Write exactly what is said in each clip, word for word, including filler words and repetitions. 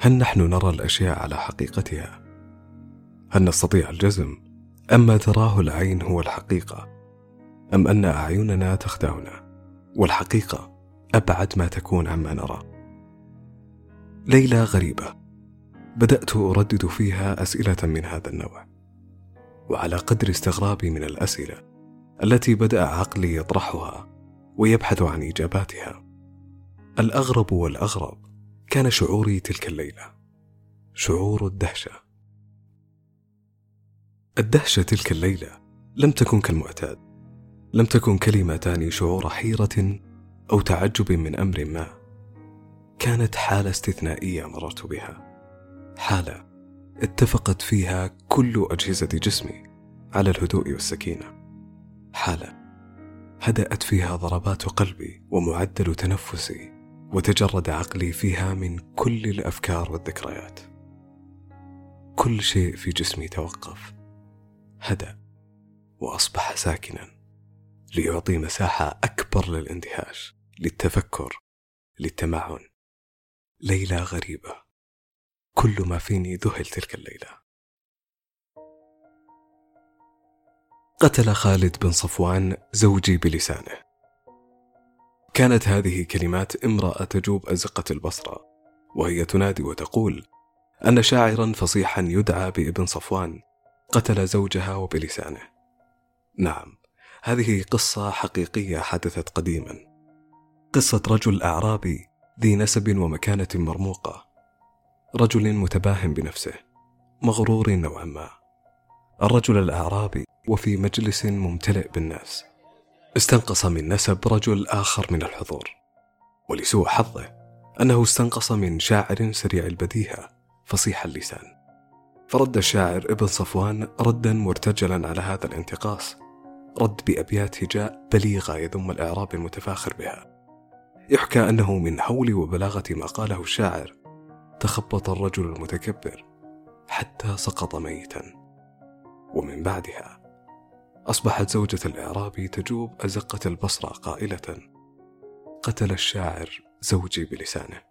هل نحن نرى الأشياء على حقيقتها؟ هل نستطيع الجزم أم ما تراه العين هو الحقيقة، أم أن أعيننا تخدعنا والحقيقة أبعد ما تكون عما نرى؟ ليلة غريبة بدأت أردد فيها أسئلة من هذا النوع، وعلى قدر استغرابي من الأسئلة التي بدأ عقلي يطرحها ويبحث عن إجاباتها، الأغرب والأغرب كان شعوري تلك الليلة، شعور الدهشة. الدهشة تلك الليلة لم تكن كالمعتاد، لم تكن كلمة تعني شعور حيرة أو تعجب من أمر ما. كانت حالة استثنائية مررت بها، حالة اتفقت فيها كل أجهزة جسمي على الهدوء والسكينة، حالة هدأت فيها ضربات قلبي ومعدل تنفسي، وتجرد عقلي فيها من كل الأفكار والذكريات. كل شيء في جسمي توقف، هدأ وأصبح ساكنا ليعطي مساحة أكبر للاندهاش، للتفكر، للتمعن. ليلة غريبة، كل ما فيني ذهل تلك الليلة. قتل خالد بن صفوان زوجي بلسانه. كانت هذه كلمات امرأة تجوب أزقة البصرة، وهي تنادي وتقول أن شاعرا فصيحا يدعى بابن صفوان قتل زوجها وبلسانه. نعم، هذه قصة حقيقية حدثت قديما، قصة رجل أعرابي ذي نسب ومكانة مرموقة، رجل متباهم بنفسه، مغرور نوعا ما. الرجل الأعرابي وفي مجلس ممتلئ بالناس استنقص من نسب رجل آخر من الحضور، ولسوء حظه أنه استنقص من شاعر سريع البديهة فصيح اللسان. فرد الشاعر ابن صفوان ردا مرتجلا على هذا الانتقاص، رد بأبيات هجاء بليغة يذم الإعراب المتفاخر بها. يحكى أنه من حول وبلاغة ما قاله الشاعر تخبط الرجل المتكبر حتى سقط ميتا. ومن بعدها أصبحت زوجة الإعرابي تجوب أزقة البصرة قائلة: قتل الشاعر زوجي بلسانه.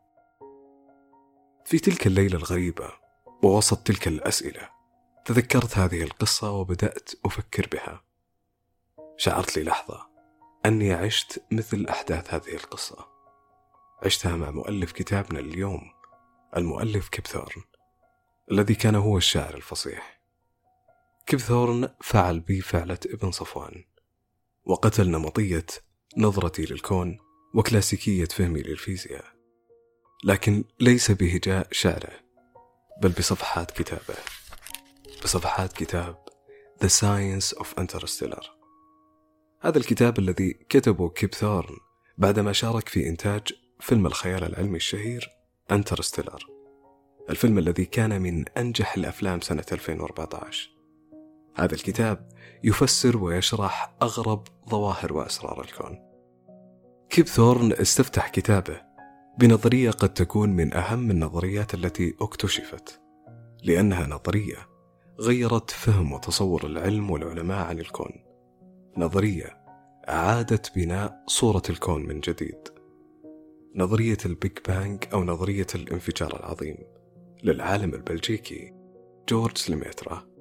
في تلك الليلة الغريبة ووسط تلك الأسئلة تذكرت هذه القصة وبدأت أفكر بها. شعرت للحظة أني عشت مثل أحداث هذه القصة، عشتها مع مؤلف كتابنا اليوم، المؤلف كيب ثورن، الذي كان هو الشاعر الفصيح. كيب ثورن فعل بي فعلة ابن صفوان، وقتل نمطية نظرتي للكون وكلاسيكية فهمي للفيزياء، لكن ليس بهجاء شعره، بل بصفحات كتابه، بصفحات كتاب The Science of Interstellar. هذا الكتاب الذي كتبه كيب ثورن بعدما شارك في إنتاج فيلم الخيال العلمي الشهير انترستيلر، الفيلم الذي كان من أنجح الأفلام سنة ألفين وأربعة عشر. هذا الكتاب يفسر ويشرح أغرب ظواهر وأسرار الكون. كيب ثورن استفتح كتابه بنظرية قد تكون من أهم النظريات التي اكتشفت، لأنها نظرية غيرت فهم وتصور العلم والعلماء عن الكون، نظرية أعادت بناء صورة الكون من جديد، نظرية البيج بانج أو نظرية الانفجار العظيم للعالم البلجيكي جورج ليميترا.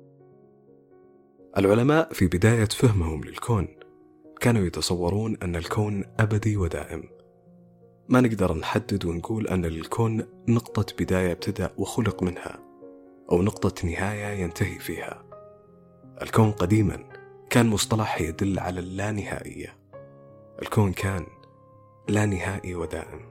العلماء في بداية فهمهم للكون كانوا يتصورون أن الكون أبدي ودائم، ما نقدر نحدد ونقول أن الكون نقطة بداية ابتدأ وخلق منها، أو نقطة نهاية ينتهي فيها. الكون قديما كان مصطلح يدل على اللانهائية، الكون كان لا نهائي ودائم.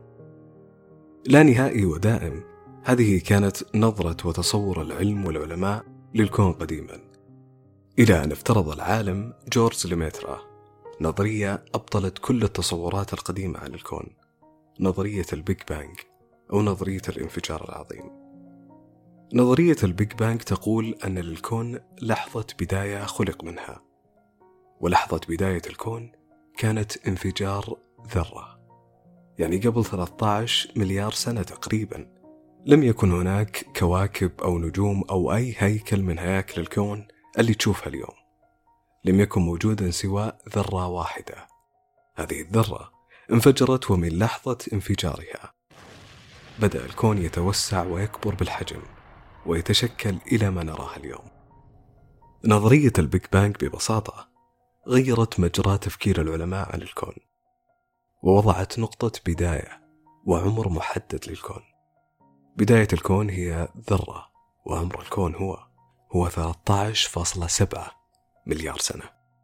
لا نهائي ودائم، هذه كانت نظرة وتصور العلم والعلماء للكون قديما، إلى أن افترض العالم جورج ليميترا نظرية أبطلت كل التصورات القديمة عن الكون، نظرية البيج بانج أو نظرية الانفجار العظيم. نظرية البيج بانج تقول أن للكون لحظة بداية خلق منها، ولحظة بداية الكون كانت انفجار ذرة، يعني قبل ثلاثة عشر مليار سنة تقريبا لم يكن هناك كواكب أو نجوم أو أي هيكل من هياكل الكون اللي تشوفها اليوم، لم يكن موجودا سوى ذرة واحدة. هذه الذرة انفجرت، ومن لحظة انفجارها بدأ الكون يتوسع ويكبر بالحجم ويتشكل إلى ما نراه اليوم. نظرية البيج بانج ببساطة غيرت مجرى تفكير العلماء عن الكون، ووضعت نقطة بداية وعمر محدد للكون. بداية الكون هي ذرة، وعمر الكون هو هو ثلاثة عشر فاصلة سبعة مليار سنة.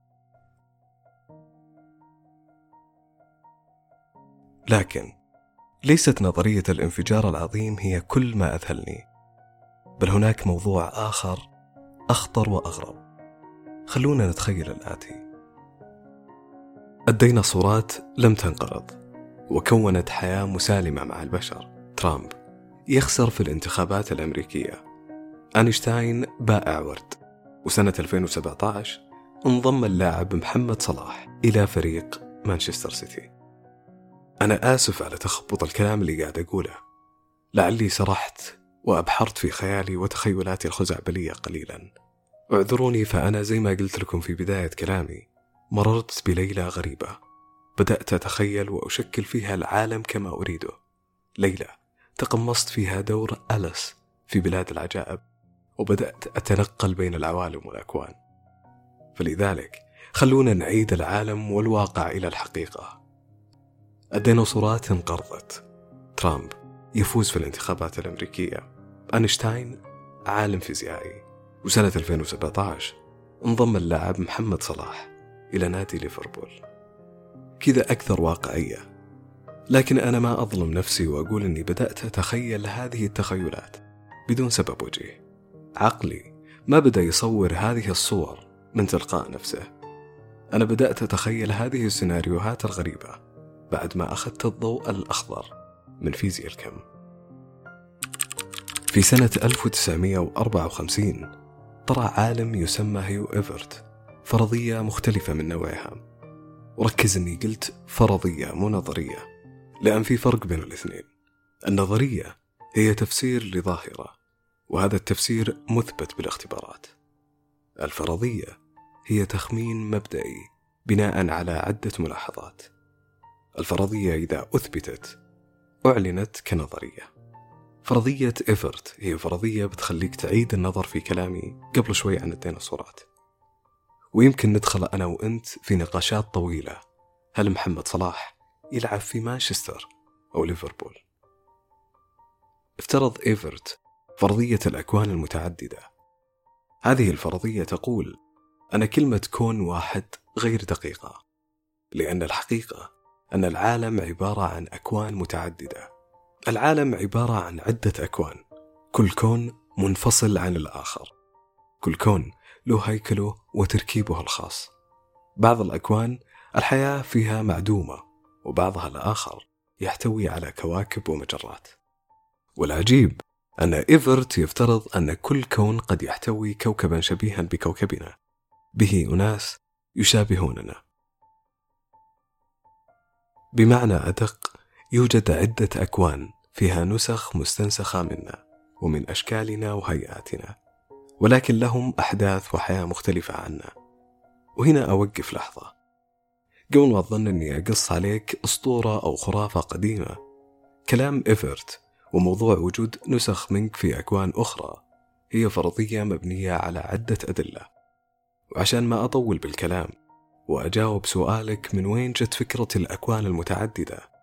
لكن ليست نظرية الانفجار العظيم هي كل ما أذهلني، بل هناك موضوع آخر أخطر وأغرب. خلونا نتخيل الآتي: الديناصورات لم تنقرض وكونت حياة مسالمة مع البشر. ترامب يخسر في الانتخابات الأمريكية. أينشتاين بائع ورد. وسنة ألفين وسبعة عشر انضم اللاعب محمد صلاح إلى فريق مانشستر سيتي. أنا آسف على تخبط الكلام اللي قاعد أقوله، لعلي سرحت وأبحرت في خيالي وتخيلاتي الخزعبلية قليلا. اعذروني، فأنا زي ما قلت لكم في بداية كلامي مررت بليلة غريبة، بدأت أتخيل وأشكل فيها العالم كما أريده. ليلة تقمصت فيها دور أليس في بلاد العجائب، وبدأت أتنقل بين العوالم والأكوان. فلذلك خلونا نعيد العالم والواقع إلى الحقيقة. الديناصورات انقرضت، ترامب يفوز في الانتخابات الأمريكية، أينشتاين عالم فيزيائي، وسنة ألفين وسبعة عشر انضم اللاعب محمد صلاح إلى نادي ليفربول. كذا أكثر واقعية. لكن أنا ما أظلم نفسي وأقول أني بدأت أتخيل هذه التخيلات بدون سبب وجيه. عقلي ما بدأ يصور هذه الصور من تلقاء نفسه. أنا بدأت أتخيل هذه السيناريوهات الغريبة بعد ما أخذت الضوء الأخضر من فيزياء الكم. في سنة ألف وتسعمائة وأربعة وخمسين طرح عالم يسمى هيو إيفرت فرضية مختلفة من نوعها. وركز أني قلت فرضية مو نظرية، لأن في فرق بين الاثنين. النظرية هي تفسير لظاهرة، وهذا التفسير مثبت بالاختبارات. الفرضية هي تخمين مبدئي بناء على عدة ملاحظات. الفرضية إذا أثبتت أعلنت كنظرية. فرضية إيفرت هي فرضية بتخليك تعيد النظر في كلامي قبل شوي عن الديناصورات، ويمكن ندخل أنا وأنت في نقاشات طويلة. هل محمد صلاح يلعب في مانشستر أو ليفربول؟ افترض إيفرت فرضية الأكوان المتعددة. هذه الفرضية تقول أن كلمة كون واحد غير دقيقة، لأن الحقيقة أن العالم عبارة عن أكوان متعددة. العالم عبارة عن عدة أكوان، كل كون منفصل عن الآخر، كل كون له هيكله وتركيبه الخاص. بعض الأكوان الحياة فيها معدومة، وبعضها الآخر يحتوي على كواكب ومجرات. والعجيب أن إيفرت يفترض أن كل كون قد يحتوي كوكبا شبيها بكوكبنا، به أناس يشابهوننا. بمعنى أدق، يوجد عدة أكوان فيها نسخ مستنسخة منا ومن أشكالنا وهيئاتنا، ولكن لهم أحداث وحياة مختلفة عنا. وهنا أوقف لحظة قبل ما أظن أني أقص عليك أسطورة أو خرافة قديمة. كلام إيفرت وموضوع وجود نسخ منك في أكوان أخرى هي فرضية مبنية على عدة أدلة. وعشان ما أطول بالكلام وأجاوب سؤالك من وين جت فكرة الأكوان المتعددة،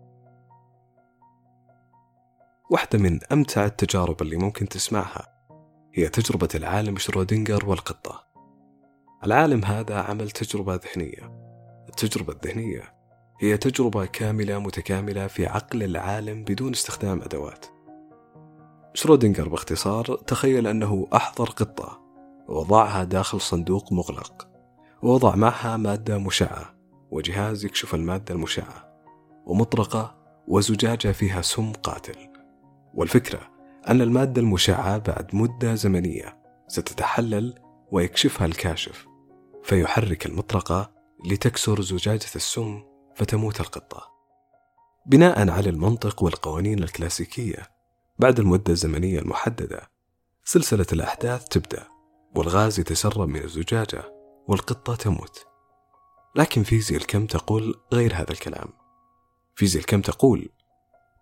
واحدة من أمتع التجارب اللي ممكن تسمعها هي تجربة العالم شرودنجر والقطة. العالم هذا عمل تجربة ذهنية. التجربة الذهنية هي تجربة كاملة متكاملة في عقل العالم بدون استخدام أدوات. شرودنجر باختصار تخيل أنه أحضر قطة ووضعها داخل صندوق مغلق، ووضع معها مادة مشعة وجهاز يكشف المادة المشعة ومطرقة وزجاجة فيها سم قاتل. والفكرة أن المادة المشعة بعد مدة زمنية ستتحلل ويكشفها الكاشف، فيحرك المطرقة لتكسر زجاجة السم فتموت القطة. بناء على المنطق والقوانين الكلاسيكية، بعد المدة الزمنية المحددة سلسلة الأحداث تبدأ، والغاز يتسرب من الزجاجة والقطة تموت. لكن فيزياء الكم تقول غير هذا الكلام. فيزياء الكم تقول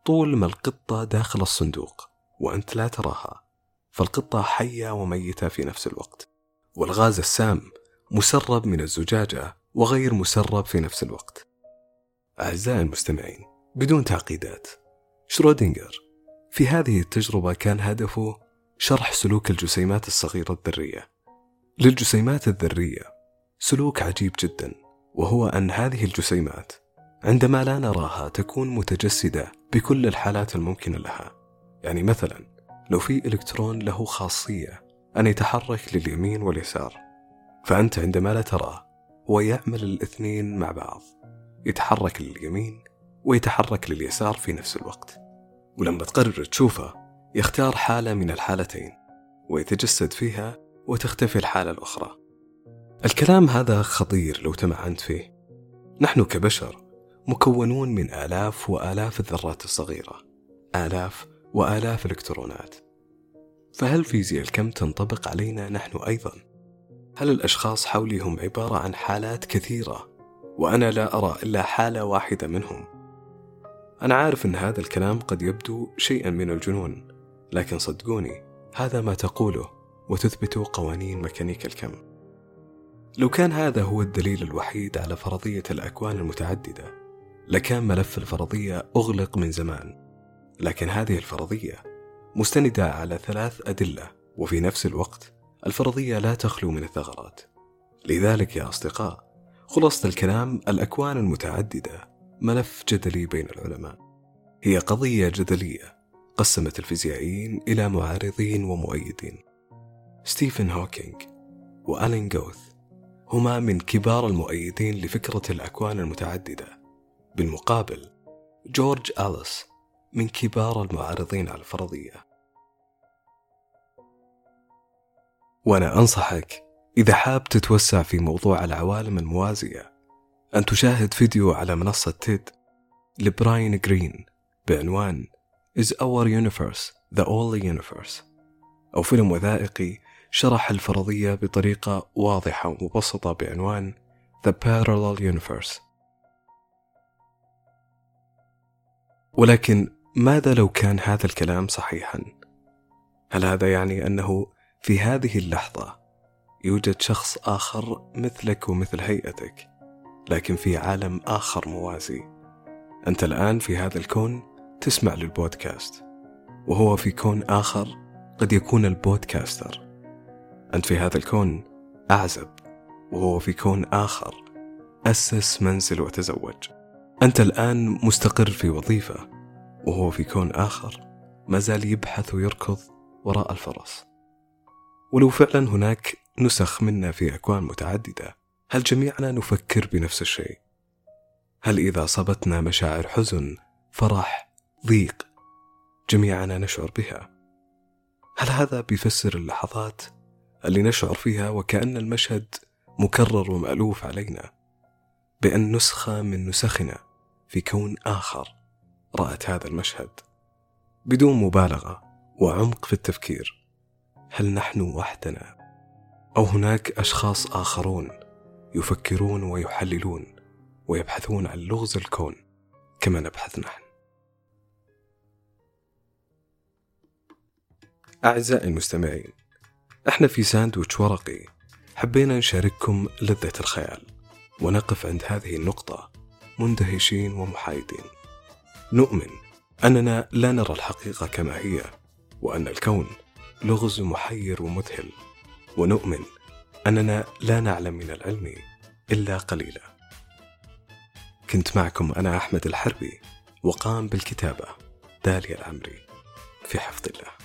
طول ما القطة داخل الصندوق وأنت لا تراها، فالقطة حية وميتة في نفس الوقت، والغاز السام مسرب من الزجاجة وغير مسرب في نفس الوقت. أعزائي المستمعين، بدون تعقيدات، شرودنجر في هذه التجربة كان هدفه شرح سلوك الجسيمات الصغيرة الذرية. للجسيمات الذرية سلوك عجيب جدا، وهو أن هذه الجسيمات عندما لا نراها تكون متجسدة بكل الحالات الممكنة لها. يعني مثلا لو في إلكترون له خاصية أن يتحرك لليمين واليسار، فأنت عندما لا تراه هو يعمل الاثنين مع بعض، يتحرك لليمين ويتحرك لليسار في نفس الوقت. ولما تقرر تشوفه يختار حالة من الحالتين ويتجسد فيها وتختفي الحالة الأخرى. الكلام هذا خطير لو تمعنت فيه. نحن كبشر مكونون من آلاف وآلاف الذرات الصغيرة، آلاف وآلاف الإلكترونات. فهل فيزياء الكم تنطبق علينا نحن أيضا؟ هل الأشخاص حولي هم عبارة عن حالات كثيرة وأنا لا أرى إلا حالة واحدة منهم؟ أنا عارف أن هذا الكلام قد يبدو شيئا من الجنون، لكن صدقوني هذا ما تقوله وتثبت قوانين ميكانيكا الكم. لو كان هذا هو الدليل الوحيد على فرضية الأكوان المتعددة لكان ملف الفرضية أغلق من زمان، لكن هذه الفرضية مستندة على ثلاث أدلة، وفي نفس الوقت الفرضية لا تخلو من الثغرات. لذلك يا أصدقاء، خلاصة الكلام، الأكوان المتعددة ملف جدلي بين العلماء. هي قضية جدلية قسمت الفيزيائيين إلى معارضين ومؤيدين. ستيفن هوكينج وألين جوث هما من كبار المؤيدين لفكرة الأكوان المتعددة، بالمقابل جورج أليس من كبار المعارضين على الفرضية. وأنا أنصحك إذا حاب تتوسع في موضوع العوالم الموازية أن تشاهد فيديو على منصة تيد لبراين جرين بعنوان Is our universe the only universe؟ أو فيلم وثائقي شرح الفرضية بطريقة واضحة ومبسطة بعنوان The Parallel Universe. ولكن ماذا لو كان هذا الكلام صحيحا؟ هل هذا يعني أنه في هذه اللحظة يوجد شخص آخر مثلك ومثل هيئتك لكن في عالم آخر موازي؟ أنت الآن في هذا الكون تسمع للبودكاست، وهو في كون آخر قد يكون البودكاستر. أنت في هذا الكون أعزب، وهو في كون آخر أسس منزل وتزوج. أنت الآن مستقر في وظيفة، وهو في كون آخر ما زال يبحث ويركض وراء الفرس. ولو فعلا هناك نسخ منا في أكوان متعددة، هل جميعنا نفكر بنفس الشيء؟ هل إذا صابتنا مشاعر حزن، فرح، ضيق، جميعنا نشعر بها؟ هل هذا بيفسر اللحظات اللي نشعر فيها وكأن المشهد مكرر ومألوف علينا، بأن نسخة من نسخنا في كون آخر رأت هذا المشهد؟ بدون مبالغة وعمق في التفكير، هل نحن وحدنا أو هناك أشخاص آخرون يفكرون ويحللون ويبحثون عن لغز الكون كما نبحث نحن؟ أعزائي المستمعين، احنا في ساندويتش ورقي حبينا نشارككم لذة الخيال، ونقف عند هذه النقطة مندهشين ومحايدين. نؤمن أننا لا نرى الحقيقة كما هي، وأن الكون لغز محير ومذهل، ونؤمن أننا لا نعلم من العلم إلا قليلا. كنت معكم أنا أحمد الحربي، وقام بالكتابة داليا العمري، في حفظ الله.